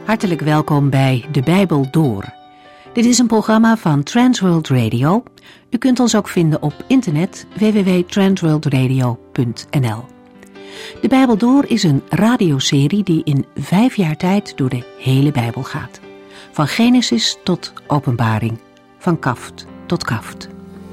Hartelijk welkom bij De Bijbel Door. Dit is een programma van Transworld Radio. U kunt ons ook vinden op internet www.transworldradio.nl. De Bijbel Door is een radioserie die in 5 jaar tijd door de hele Bijbel gaat. Van Genesis tot Openbaring, van kaft tot kaft.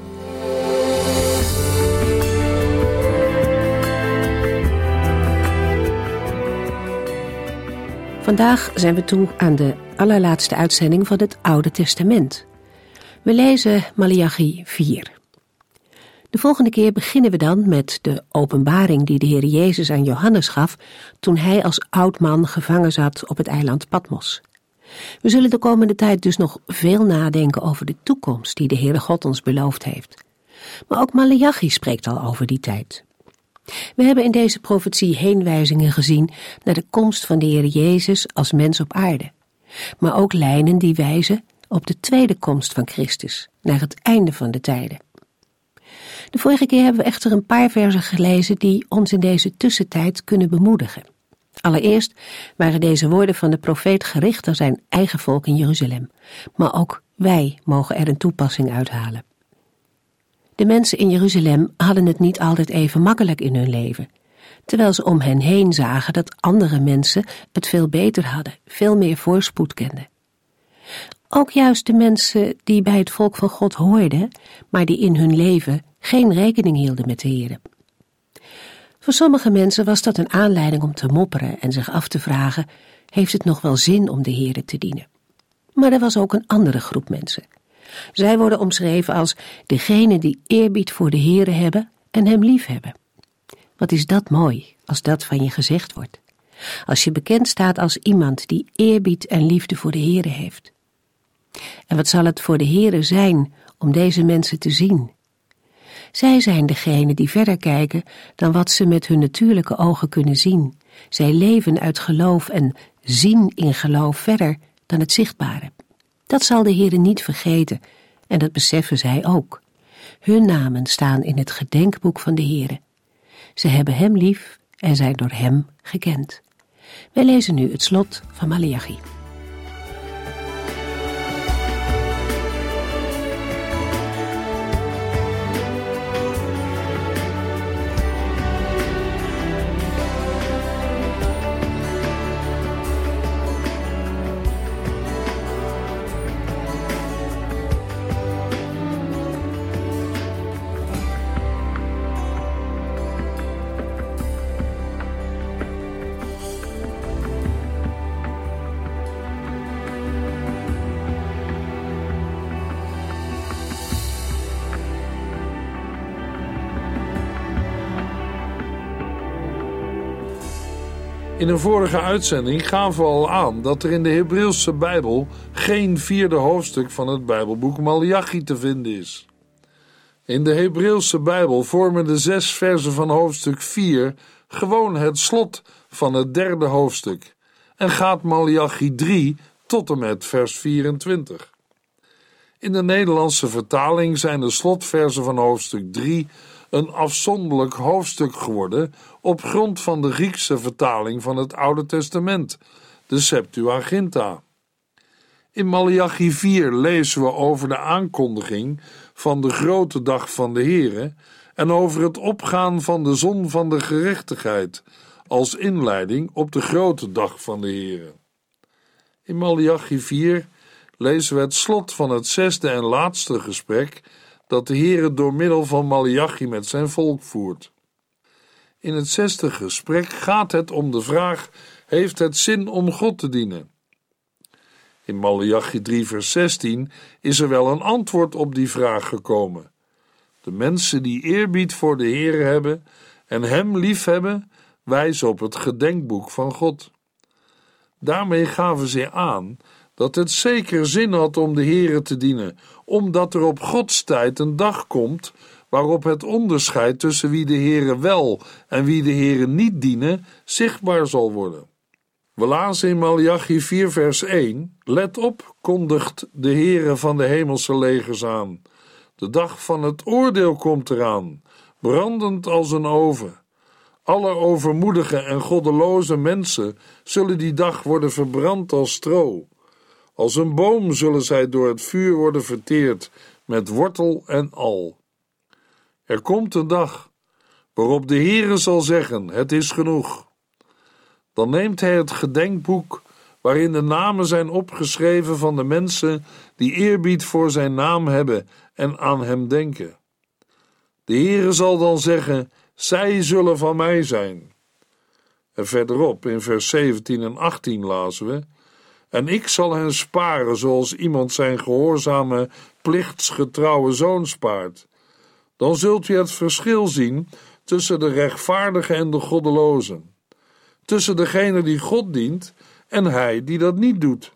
Vandaag zijn we toe aan de allerlaatste uitzending van het Oude Testament. We lezen Maleachi 4. De volgende keer beginnen we dan met de openbaring die de Heer Jezus aan Johannes gaf toen hij als oud man gevangen zat op het eiland Patmos. We zullen de komende tijd dus nog veel nadenken over de toekomst die de Heere God ons beloofd heeft. Maar ook Maleachi spreekt al over die tijd. We hebben in deze profetie heenwijzingen gezien naar de komst van de Heer Jezus als mens op aarde. Maar ook lijnen die wijzen op de tweede komst van Christus, naar het einde van de tijden. De vorige keer hebben we echter een paar versen gelezen die ons in deze tussentijd kunnen bemoedigen. Allereerst waren deze woorden van de profeet gericht aan zijn eigen volk in Jeruzalem. Maar ook wij mogen er een toepassing uithalen. De mensen in Jeruzalem hadden het niet altijd even makkelijk in hun leven, terwijl ze om hen heen zagen dat andere mensen het veel beter hadden, veel meer voorspoed kenden. Ook juist de mensen die bij het volk van God hoorden, maar die in hun leven geen rekening hielden met de Heere. Voor sommige mensen was dat een aanleiding om te mopperen en zich af te vragen, heeft het nog wel zin om de Heere te dienen? Maar er was ook een andere groep mensen. Zij worden omschreven als degenen die eerbied voor de Heere hebben en hem lief hebben. Wat is dat mooi als dat van je gezegd wordt. Als je bekend staat als iemand die eerbied en liefde voor de Heere heeft. En wat zal het voor de Heere zijn om deze mensen te zien? Zij zijn degenen die verder kijken dan wat ze met hun natuurlijke ogen kunnen zien. Zij leven uit geloof en zien in geloof verder dan het zichtbare. Dat zal de Heere niet vergeten en dat beseffen zij ook. Hun namen staan in het gedenkboek van de Heere. Ze hebben hem lief en zijn door hem gekend. Wij lezen nu het slot van Maleachi. In een vorige uitzending gaven we al aan dat er in de Hebreeuwse Bijbel geen 4e hoofdstuk van het Bijbelboek Maleachi te vinden is. In de Hebreeuwse Bijbel vormen de 6 versen van hoofdstuk 4 gewoon het slot van het 3e hoofdstuk en gaat Maleachi 3 tot en met vers 24. In de Nederlandse vertaling zijn de slotversen van hoofdstuk 3 een afzonderlijk hoofdstuk geworden op grond van de Griekse vertaling van het Oude Testament, de Septuaginta. In Maleachi 4 lezen we over de aankondiging van de grote dag van de Heere en over het opgaan van de zon van de gerechtigheid als inleiding op de grote dag van de Heere. In Maleachi 4 lezen we het slot van het 6e en laatste gesprek dat de Heere door middel van Maleachi met zijn volk voert. In het 6e gesprek gaat het om de vraag: heeft het zin om God te dienen? In Maleachi 3 vers 16 is er wel een antwoord op die vraag gekomen. De mensen die eerbied voor de Heere hebben en hem lief hebben, wijzen op het gedenkboek van God. Daarmee gaven ze aan dat het zeker zin had om de Heere te dienen, omdat er op Gods tijd een dag komt waarop het onderscheid tussen wie de Heere wel en wie de Heere niet dienen zichtbaar zal worden. We lazen in Maleachi 4 vers 1: Let op, kondigt de Heere van de hemelse legers aan. De dag van het oordeel komt eraan, brandend als een oven. Alle overmoedige en goddeloze mensen zullen die dag worden verbrand als stro. Als een boom zullen zij door het vuur worden verteerd, met wortel en al. Er komt een dag waarop de Heere zal zeggen: het is genoeg. Dan neemt hij het gedenkboek waarin de namen zijn opgeschreven van de mensen die eerbied voor zijn naam hebben en aan hem denken. De Heere zal dan zeggen: zij zullen van mij zijn. En verderop in vers 17 en 18 lazen we: en ik zal hen sparen zoals iemand zijn gehoorzame, plichtsgetrouwe zoon spaart. Dan zult u het verschil zien tussen de rechtvaardigen en de goddelozen, tussen degene die God dient en hij die dat niet doet.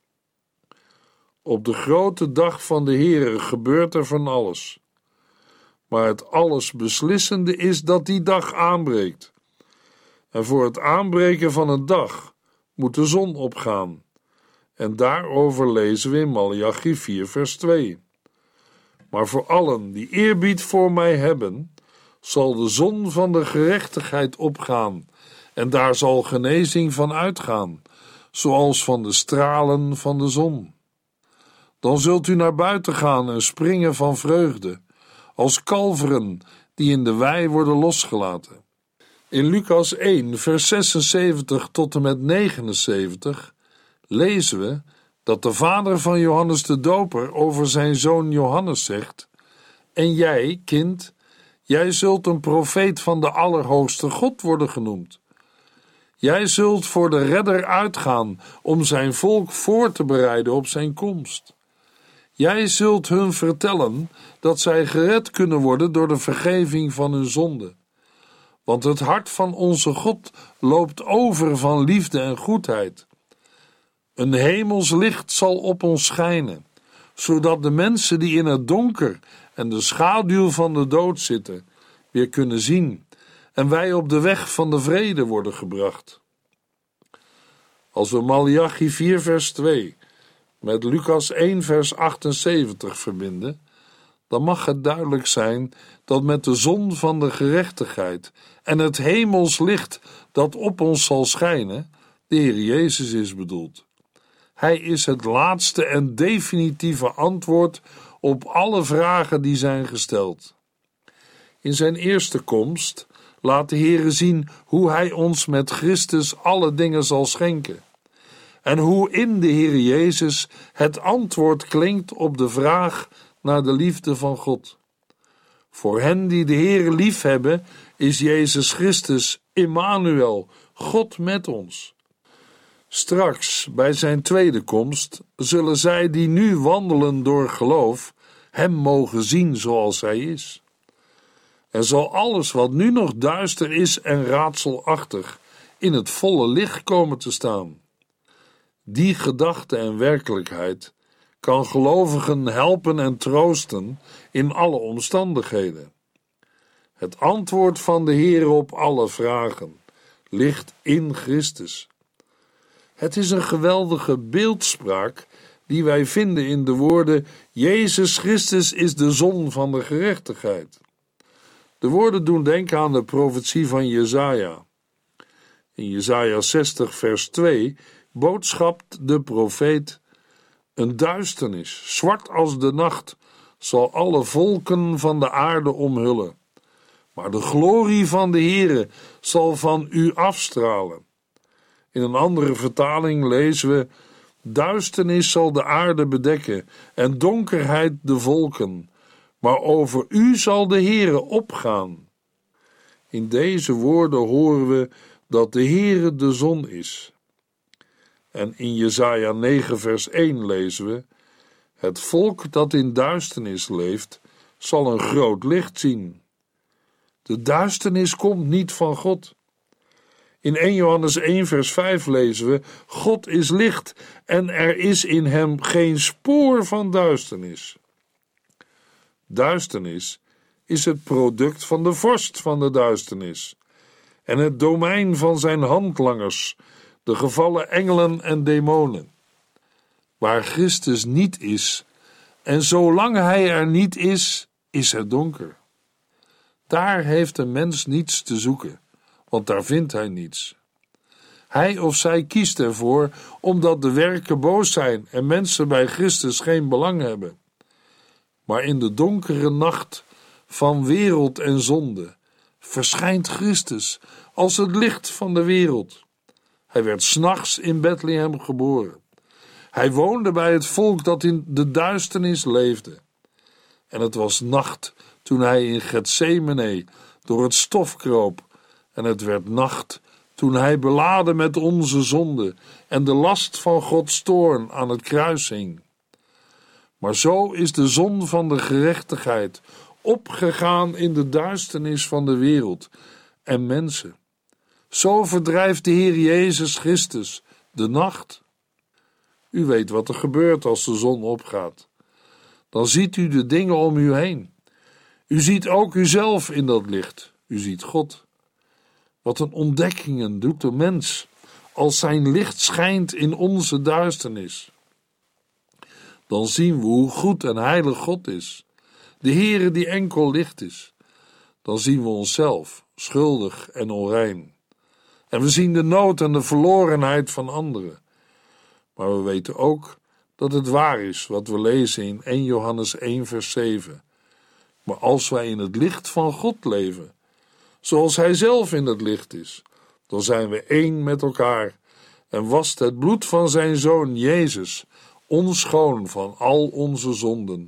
Op de grote dag van de Heere gebeurt er van alles. Maar het alles beslissende is dat die dag aanbreekt. En voor het aanbreken van een dag moet de zon opgaan. En daarover lezen we in Maleachi 4 vers 2. Maar voor allen die eerbied voor mij hebben, zal de zon van de gerechtigheid opgaan, en daar zal genezing van uitgaan, zoals van de stralen van de zon. Dan zult u naar buiten gaan en springen van vreugde, als kalveren die in de wei worden losgelaten. In Lucas 1 vers 76 tot en met 79 lezen we dat de vader van Johannes de Doper over zijn zoon Johannes zegt: en jij, kind, jij zult een profeet van de Allerhoogste God worden genoemd. Jij zult voor de redder uitgaan om zijn volk voor te bereiden op zijn komst. Jij zult hun vertellen dat zij gered kunnen worden door de vergeving van hun zonde. Want het hart van onze God loopt over van liefde en goedheid. Een hemels licht zal op ons schijnen, zodat de mensen die in het donker en de schaduw van de dood zitten, weer kunnen zien en wij op de weg van de vrede worden gebracht. Als we Maleachi 4 vers 2 met Lucas 1 vers 78 verbinden, dan mag het duidelijk zijn dat met de zon van de gerechtigheid en het hemels licht dat op ons zal schijnen, de Heer Jezus is bedoeld. Hij is het laatste en definitieve antwoord op alle vragen die zijn gesteld. In zijn eerste komst laat de Heere zien hoe hij ons met Christus alle dingen zal schenken. En hoe in de Heer Jezus het antwoord klinkt op de vraag naar de liefde van God. Voor hen die de Heere liefhebben is Jezus Christus Immanuel, God met ons. Straks, bij zijn tweede komst, zullen zij die nu wandelen door geloof, hem mogen zien zoals hij is. En zal alles wat nu nog duister is en raadselachtig, in het volle licht komen te staan. Die gedachte en werkelijkheid kan gelovigen helpen en troosten in alle omstandigheden. Het antwoord van de Heer op alle vragen ligt in Christus. Het is een geweldige beeldspraak die wij vinden in de woorden: Jezus Christus is de zon van de gerechtigheid. De woorden doen denken aan de profetie van Jesaja. In Jesaja 60 vers 2 boodschapt de profeet: een duisternis, zwart als de nacht, zal alle volken van de aarde omhullen. Maar de glorie van de Heere zal van u afstralen. In een andere vertaling lezen we: duisternis zal de aarde bedekken en donkerheid de volken, maar over u zal de Heere opgaan. In deze woorden horen we dat de Heere de zon is. En in Jesaja 9 vers 1 lezen we: het volk dat in duisternis leeft, zal een groot licht zien. De duisternis komt niet van God. In 1 Johannes 1 vers 5 lezen we: God is licht en er is in hem geen spoor van duisternis. Duisternis is het product van de vorst van de duisternis en het domein van zijn handlangers, de gevallen engelen en demonen. Waar Christus niet is, en zolang hij er niet is, is het donker. Daar heeft de mens niets te zoeken, want daar vindt hij niets. Hij of zij kiest ervoor omdat de werken boos zijn en mensen bij Christus geen belang hebben. Maar in de donkere nacht van wereld en zonde verschijnt Christus als het licht van de wereld. Hij werd 's nachts in Bethlehem geboren. Hij woonde bij het volk dat in de duisternis leefde. En het was nacht toen hij in Getsemane door het stof kroop. En het werd nacht toen hij beladen met onze zonde en de last van Gods toorn aan het kruis hing. Maar zo is de zon van de gerechtigheid opgegaan in de duisternis van de wereld en mensen. Zo verdrijft de Heer Jezus Christus de nacht. U weet wat er gebeurt als de zon opgaat. Dan ziet u de dingen om u heen. U ziet ook uzelf in dat licht. U ziet God. Wat een ontdekkingen doet de mens als zijn licht schijnt in onze duisternis. Dan zien we hoe goed en heilig God is. De Heere die enkel licht is. Dan zien we onszelf schuldig en onrein. En we zien de nood en de verlorenheid van anderen. Maar we weten ook dat het waar is wat we lezen in 1 Johannes 1 vers 7. Maar als wij in het licht van God leven, zoals Hij zelf in het licht is, dan zijn we één met elkaar en wast het bloed van zijn Zoon Jezus ons schoon van al onze zonden.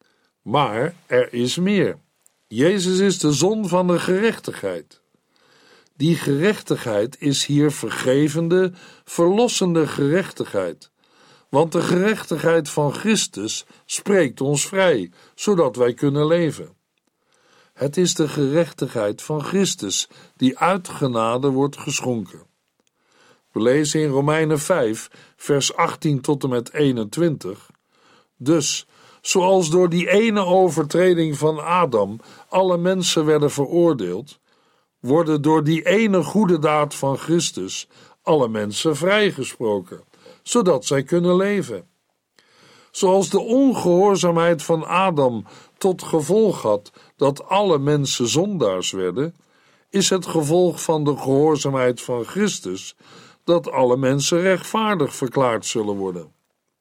Maar er is meer. Jezus is de zon van de gerechtigheid. Die gerechtigheid is hier vergevende, verlossende gerechtigheid. Want de gerechtigheid van Christus spreekt ons vrij, zodat wij kunnen leven. Het is de gerechtigheid van Christus die uit genade wordt geschonken. We lezen in Romeinen 5, vers 18 tot en met 21. Dus, zoals door die ene overtreding van Adam alle mensen werden veroordeeld, worden door die ene goede daad van Christus alle mensen vrijgesproken, zodat zij kunnen leven. Zoals de ongehoorzaamheid van Adam tot gevolg had dat alle mensen zondaars werden, is het gevolg van de gehoorzaamheid van Christus dat alle mensen rechtvaardig verklaard zullen worden.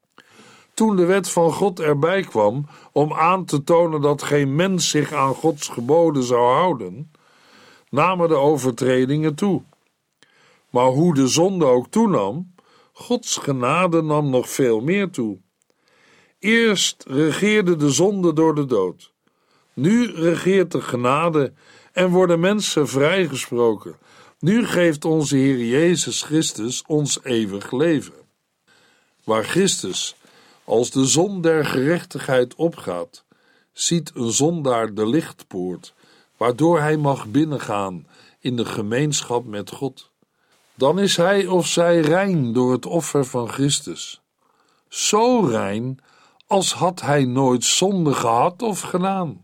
Toen de wet van God erbij kwam om aan te tonen dat geen mens zich aan Gods geboden zou houden, namen de overtredingen toe. Maar hoe de zonde ook toenam, Gods genade nam nog veel meer toe. Eerst regeerde de zonde door de dood. Nu regeert de genade en worden mensen vrijgesproken. Nu geeft onze Heer Jezus Christus ons eeuwig leven. Waar Christus als de zon der gerechtigheid opgaat, ziet een zondaar de lichtpoort, waardoor hij mag binnengaan in de gemeenschap met God. Dan is hij of zij rein door het offer van Christus. Zo rein als had hij nooit zonde gehad of gedaan.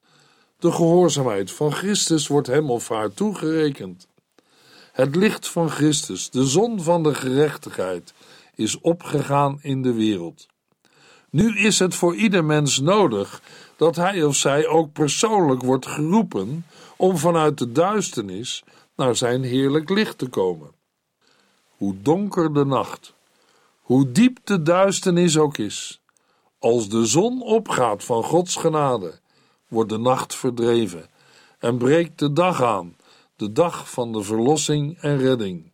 De gehoorzaamheid van Christus wordt hem of haar toegerekend. Het licht van Christus, de zon van de gerechtigheid, is opgegaan in de wereld. Nu is het voor ieder mens nodig dat hij of zij ook persoonlijk wordt geroepen om vanuit de duisternis naar zijn heerlijk licht te komen. Hoe donker de nacht, hoe diep de duisternis ook is, als de zon opgaat van Gods genade, wordt de nacht verdreven en breekt de dag aan, de dag van de verlossing en redding.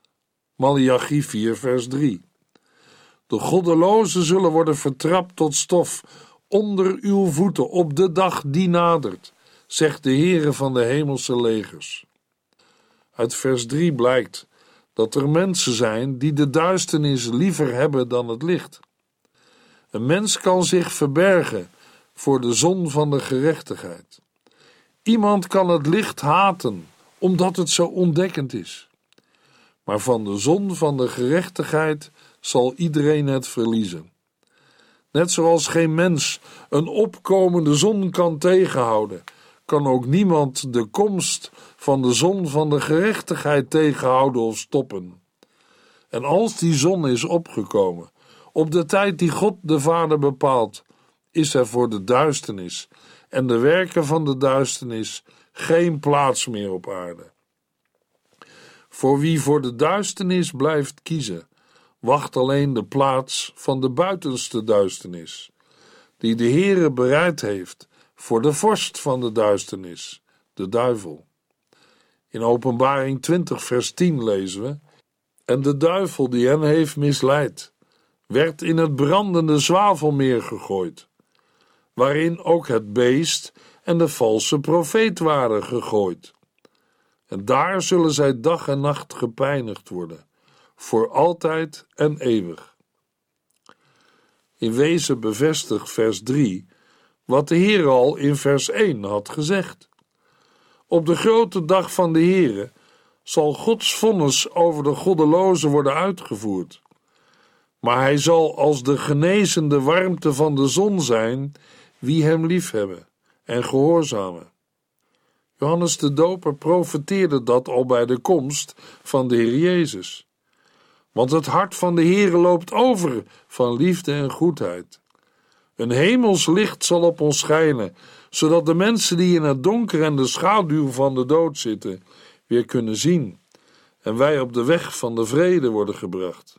Maleachi 4 vers 3. De goddelozen zullen worden vertrapt tot stof onder uw voeten op de dag die nadert, zegt de Heere van de hemelse legers. Uit vers 3 blijkt dat er mensen zijn die de duisternis liever hebben dan het licht. Een mens kan zich verbergen voor de zon van de gerechtigheid. Iemand kan het licht haten, omdat het zo ontdekkend is. Maar van de zon van de gerechtigheid zal iedereen het verliezen. Net zoals geen mens een opkomende zon kan tegenhouden, kan ook niemand de komst van de zon van de gerechtigheid tegenhouden of stoppen. En als die zon is opgekomen, op de tijd die God de Vader bepaalt, is er voor de duisternis en de werken van de duisternis geen plaats meer op aarde. Voor wie voor de duisternis blijft kiezen, wacht alleen de plaats van de buitenste duisternis, die de Heere bereid heeft voor de vorst van de duisternis, de duivel. In Openbaring 20 vers 10 lezen we: En de duivel die hen heeft misleid, werd in het brandende zwavelmeer gegooid, waarin ook het beest en de valse profeet waren gegooid. En daar zullen zij dag en nacht gepijnigd worden, voor altijd en eeuwig. In wezen bevestigt vers 3 wat de Heer al in vers 1 had gezegd. Op de grote dag van de Heere zal Gods vonnis over de goddelozen worden uitgevoerd. Maar hij zal als de genezende warmte van de zon zijn wie hem liefhebben en gehoorzamen. Johannes de Doper profeteerde dat al bij de komst van de Heer Jezus. Want het hart van de Heere loopt over van liefde en goedheid. Een hemels licht zal op ons schijnen, zodat de mensen die in het donker en de schaduw van de dood zitten, weer kunnen zien en wij op de weg van de vrede worden gebracht.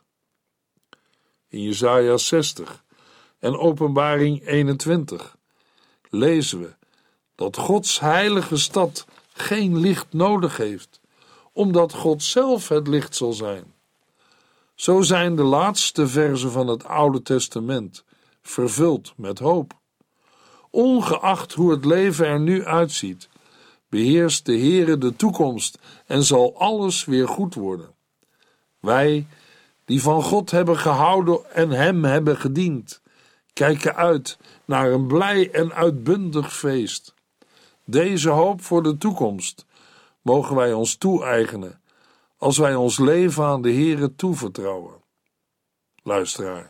In Jesaja 60 en Openbaring 21 lezen we dat Gods heilige stad geen licht nodig heeft, omdat God zelf het licht zal zijn. Zo zijn de laatste verzen van het Oude Testament vervuld met hoop. Ongeacht hoe het leven er nu uitziet, beheerst de Heere de toekomst en zal alles weer goed worden. Wij, die van God hebben gehouden en hem hebben gediend, kijken uit naar een blij en uitbundig feest. Deze hoop voor de toekomst mogen wij ons toe-eigenen als wij ons leven aan de Heere toevertrouwen. Luisteraar,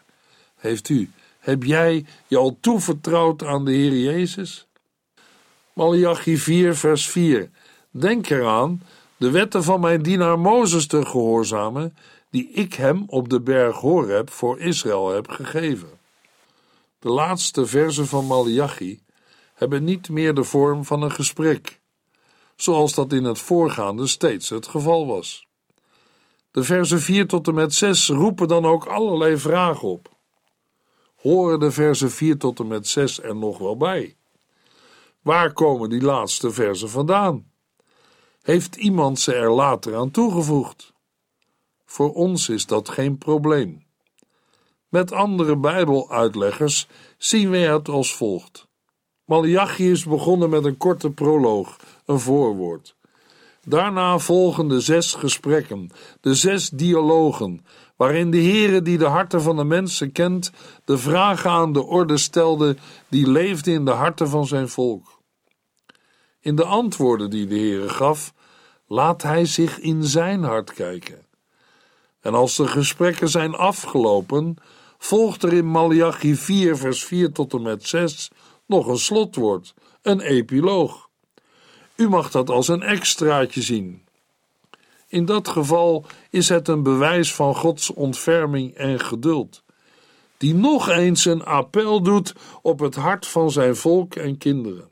heb jij je al toevertrouwd aan de Heer Jezus? Maleachi 4 vers 4. Denk eraan de wetten van mijn dienaar Mozes te gehoorzamen, die ik hem op de berg Horeb voor Israël heb gegeven. De laatste verzen van Maleachi hebben niet meer de vorm van een gesprek, zoals dat in het voorgaande steeds het geval was. De verzen 4 tot en met 6 roepen dan ook allerlei vragen op. Horen de verzen 4 tot en met 6 er nog wel bij? Waar komen die laatste verzen vandaan? Heeft iemand ze er later aan toegevoegd? Voor ons is dat geen probleem. Met andere Bijbeluitleggers zien we het als volgt. Maleachi is begonnen met een korte proloog, een voorwoord. Daarna volgen de 6 gesprekken, de 6 dialogen, waarin de Heere die de harten van de mensen kent, de vragen aan de orde stelde die leefden in de harten van zijn volk. In de antwoorden die de Heere gaf, laat hij zich in zijn hart kijken. En als de gesprekken zijn afgelopen, volgt er in Maleachi 4 vers 4 tot en met 6 nog een slotwoord, een epiloog. U mag dat als een extraatje zien. In dat geval is het een bewijs van Gods ontferming en geduld, die nog eens een appel doet op het hart van zijn volk en kinderen.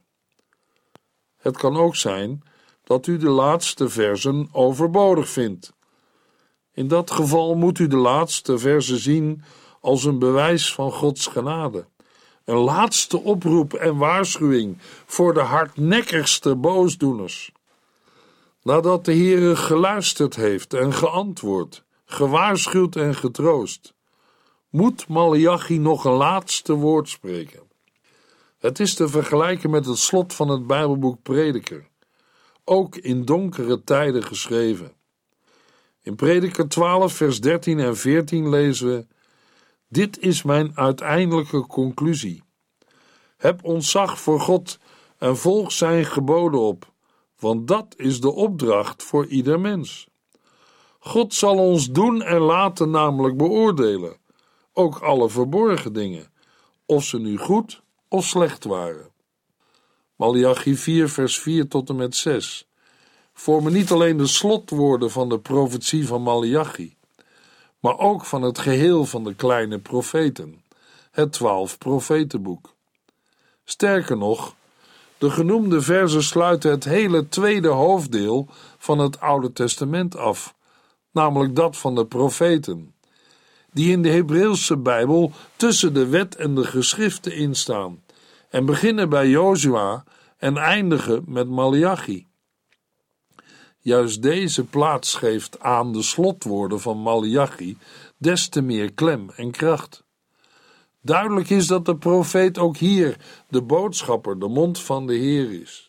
Het kan ook zijn dat u de laatste verzen overbodig vindt. In dat geval moet u de laatste verzen zien als een bewijs van Gods genade. Een laatste oproep en waarschuwing voor de hardnekkigste boosdoeners. Nadat de Heere geluisterd heeft en geantwoord, gewaarschuwd en getroost, moet Maleachi nog een laatste woord spreken. Het is te vergelijken met het slot van het Bijbelboek Prediker, ook in donkere tijden geschreven. In Prediker 12 vers 13 en 14 lezen we: Dit is mijn uiteindelijke conclusie. Heb ontzag voor God en volg zijn geboden op, want dat is de opdracht voor ieder mens. God zal ons doen en laten namelijk beoordelen, ook alle verborgen dingen, of ze nu goed of slecht waren. Maleachi 4 vers 4 tot en met 6 vormen niet alleen de slotwoorden van de profetie van Maleachi, maar ook van het geheel van de kleine profeten, het 12 profetenboek. Sterker nog, de genoemde verzen sluiten het hele tweede hoofddeel van het Oude Testament af, namelijk dat van de profeten, die in de Hebreeuwse Bijbel tussen de wet en de geschriften instaan en beginnen bij Jozua en eindigen met Maleachi. Juist deze plaats geeft aan de slotwoorden van Maleachi des te meer klem en kracht. Duidelijk is dat de profeet ook hier de boodschapper, de mond van de Heer is.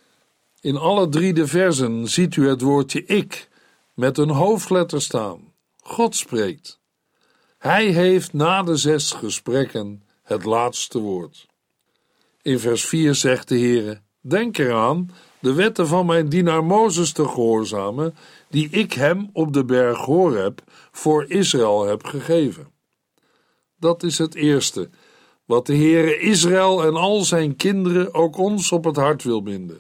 In alle 3 de versen ziet u het woordje ik met een hoofdletter staan. God spreekt. Hij heeft na de 6 gesprekken het laatste woord. In vers 4 zegt de Heer: denk eraan de wetten van mijn dienaar Mozes te gehoorzamen, die ik hem op de berg Horeb voor Israël heb gegeven. Dat is het eerste, wat de Heere Israël en al zijn kinderen, ook ons, op het hart wil binden.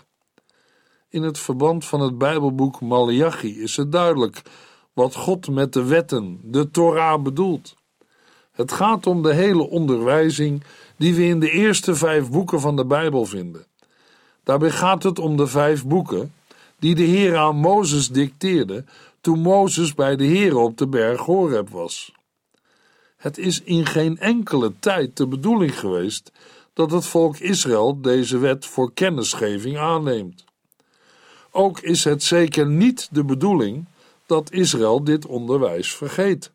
In het verband van het Bijbelboek Maleachi is het duidelijk wat God met de wetten, de Torah, bedoelt. Het gaat om de hele onderwijzing die we in de eerste 5 boeken van de Bijbel vinden. Daarbij gaat het om de 5 boeken die de Heer aan Mozes dicteerde toen Mozes bij de Heer op de berg Horeb was. Het is in geen enkele tijd de bedoeling geweest dat het volk Israël deze wet voor kennisgeving aanneemt. Ook is het zeker niet de bedoeling dat Israël dit onderwijs vergeet.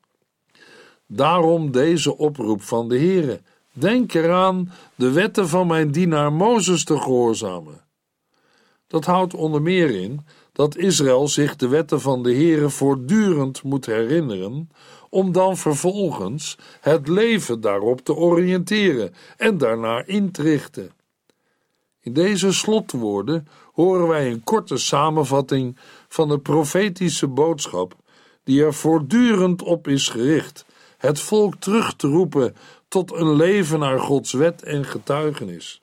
Daarom deze oproep van de Heere: denk eraan de wetten van mijn dienaar Mozes te gehoorzamen. Dat houdt onder meer in dat Israël zich de wetten van de Heere voortdurend moet herinneren, om dan vervolgens het leven daarop te oriënteren en daarnaar in te richten. In deze slotwoorden horen wij een korte samenvatting van de profetische boodschap die er voortdurend op is gericht het volk terug te roepen tot een leven naar Gods wet en getuigenis.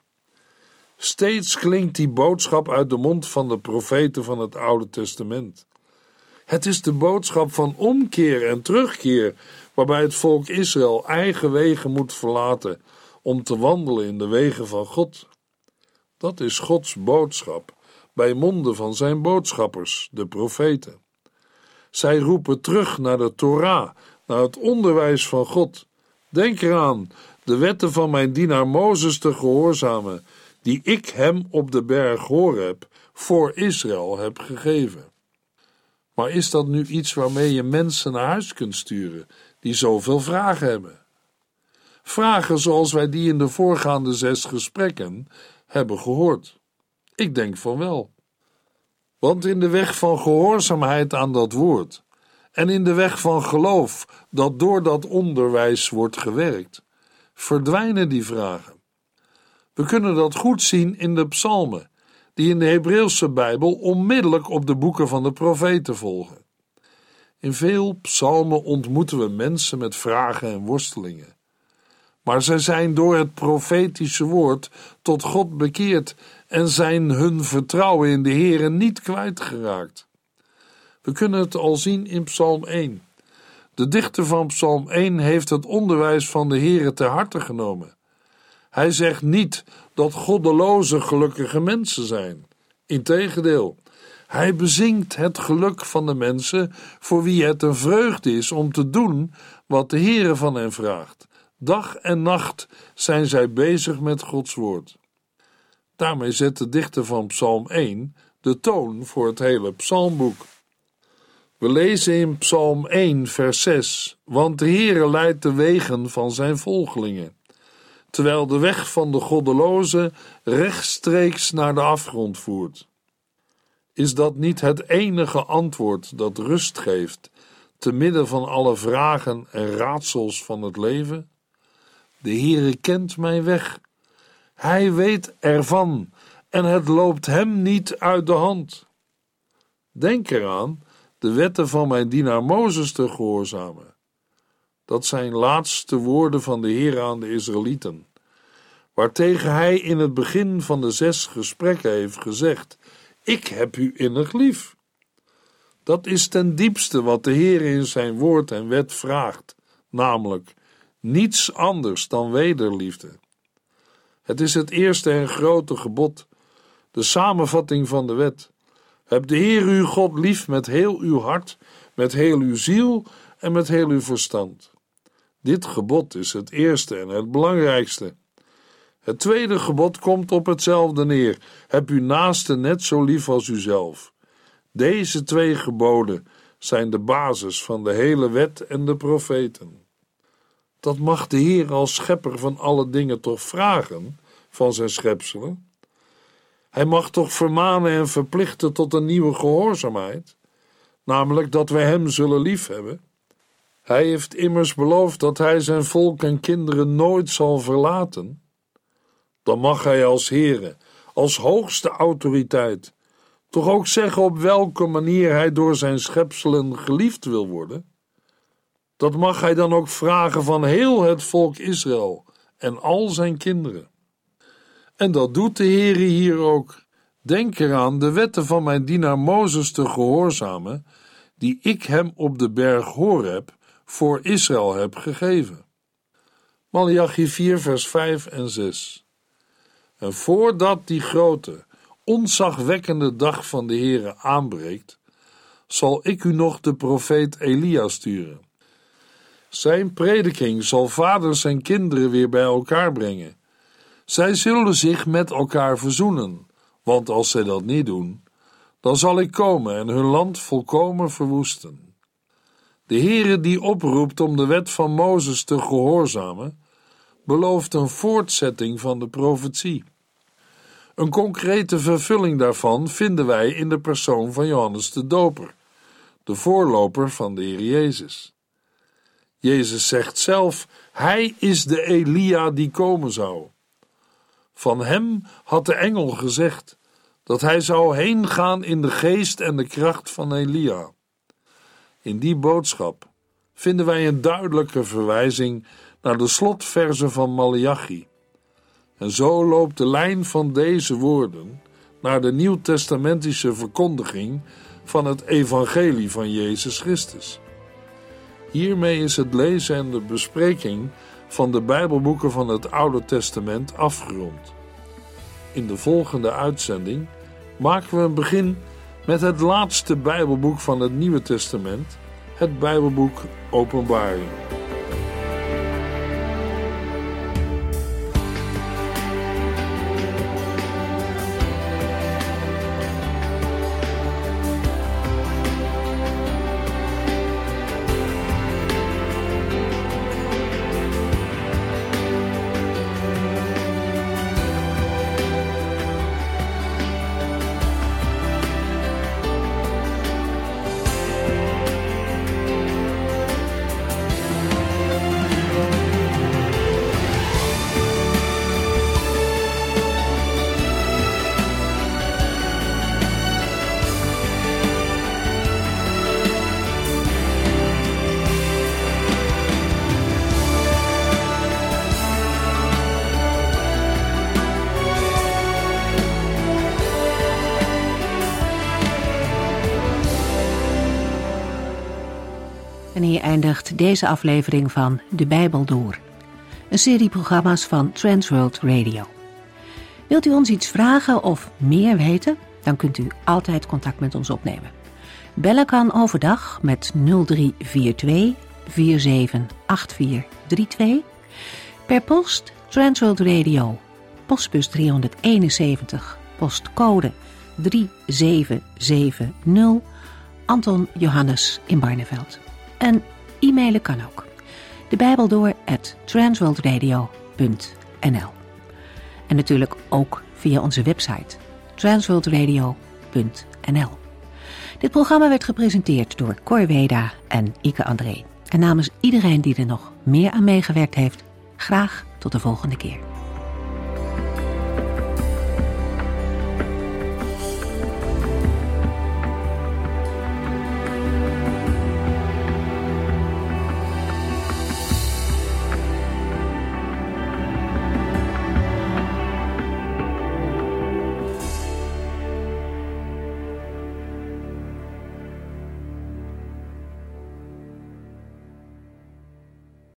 Steeds klinkt die boodschap uit de mond van de profeten van het Oude Testament. Het is de boodschap van omkeer en terugkeer, waarbij het volk Israël eigen wegen moet verlaten om te wandelen in de wegen van God. Dat is Gods boodschap bij monden van zijn boodschappers, de profeten. Zij roepen terug naar de Torah, naar het onderwijs van God. Denk eraan de wetten van mijn dienaar Mozes te gehoorzamen, die ik hem op de berg Horeb voor Israël heb gegeven. Maar is dat nu iets waarmee je mensen naar huis kunt sturen die zoveel vragen hebben? Vragen zoals wij die in de voorgaande 6 gesprekken hebben gehoord. Ik denk van wel. Want in de weg van gehoorzaamheid aan dat woord en in de weg van geloof dat door dat onderwijs wordt gewerkt, verdwijnen die vragen. We kunnen dat goed zien in de psalmen, die in de Hebreeuwse Bijbel onmiddellijk op de boeken van de profeten volgen. In veel psalmen ontmoeten we mensen met vragen en worstelingen. Maar zij zijn door het profetische woord tot God bekeerd en zijn hun vertrouwen in de Heere niet kwijtgeraakt. We kunnen het al zien in Psalm 1. De dichter van Psalm 1 heeft het onderwijs van de Heere ter harte genomen. Hij zegt niet dat goddeloze gelukkige mensen zijn. Integendeel, hij bezingt het geluk van de mensen voor wie het een vreugde is om te doen wat de Heere van hen vraagt. Dag en nacht zijn zij bezig met Gods woord. Daarmee zet de dichter van Psalm 1 de toon voor het hele psalmboek. We lezen in Psalm 1 vers 6, want de Heere leidt de wegen van zijn volgelingen, terwijl de weg van de goddeloze rechtstreeks naar de afgrond voert. Is dat niet het enige antwoord dat rust geeft, te midden van alle vragen en raadsels van het leven? De Heere kent mijn weg. Hij weet ervan en het loopt hem niet uit de hand. Denk eraan de wetten van mijn dienaar Mozes te gehoorzamen. Dat zijn laatste woorden van de Heere aan de Israëlieten, waartegen hij in het begin van de 6 gesprekken heeft gezegd: ik heb u innig lief. Dat is ten diepste wat de Heere in zijn woord en wet vraagt, namelijk niets anders dan wederliefde. Het is het eerste en grote gebod, de samenvatting van de wet. Heb de Heer uw God lief met heel uw hart, met heel uw ziel en met heel uw verstand. Dit gebod is het eerste en het belangrijkste. Het tweede gebod komt op hetzelfde neer. Heb uw naaste net zo lief als uzelf. Deze 2 geboden zijn de basis van de hele wet en de profeten. Dat mag de Heer als schepper van alle dingen toch vragen van zijn schepselen? Hij mag toch vermanen en verplichten tot een nieuwe gehoorzaamheid, namelijk dat wij hem zullen liefhebben? Hij heeft immers beloofd dat hij zijn volk en kinderen nooit zal verlaten. Dan mag hij als Heere, als hoogste autoriteit, toch ook zeggen op welke manier hij door zijn schepselen geliefd wil worden? Dat mag hij dan ook vragen van heel het volk Israël en al zijn kinderen. En dat doet de Heere hier ook. Denk eraan de wetten van mijn dienaar Mozes te gehoorzamen, die ik hem op de berg Horeb voor Israël heb gegeven. Maleachi 4 vers 5 en 6. En voordat die grote, ontzagwekkende dag van de Heere aanbreekt, zal ik u nog de profeet Elia sturen. Zijn prediking zal vaders en kinderen weer bij elkaar brengen. Zij zullen zich met elkaar verzoenen, want als zij dat niet doen, dan zal ik komen en hun land volkomen verwoesten. De Heere die oproept om de wet van Mozes te gehoorzamen, belooft een voortzetting van de profetie. Een concrete vervulling daarvan vinden wij in de persoon van Johannes de Doper, de voorloper van de Heer Jezus. Jezus zegt zelf, hij is de Elia die komen zou. Van hem had de engel gezegd dat hij zou heen gaan in de geest en de kracht van Elia. In die boodschap vinden wij een duidelijke verwijzing naar de slotverzen van Maleachi. En zo loopt de lijn van deze woorden naar de nieuwtestamentische verkondiging van het evangelie van Jezus Christus. Hiermee is het lezen en de bespreking van de Bijbelboeken van het Oude Testament afgerond. In de volgende uitzending maken we een begin met het laatste Bijbelboek van het Nieuwe Testament, het Bijbelboek Openbaring. En hier eindigt deze aflevering van De Bijbel Door. Een serie programma's van Transworld Radio. Wilt u ons iets vragen of meer weten? Dan kunt u altijd contact met ons opnemen. Bellen kan overdag met 0342 478432. Per post Transworld Radio. Postbus 371. Postcode 3770. Anton Johannes in Barneveld. En e-mailen kan ook. De Bijbel door @transworldradio.nl. En natuurlijk ook via onze website transworldradio.nl. Dit programma werd gepresenteerd door Cor Weda en Ike André. En namens iedereen die er nog meer aan meegewerkt heeft, graag tot de volgende keer.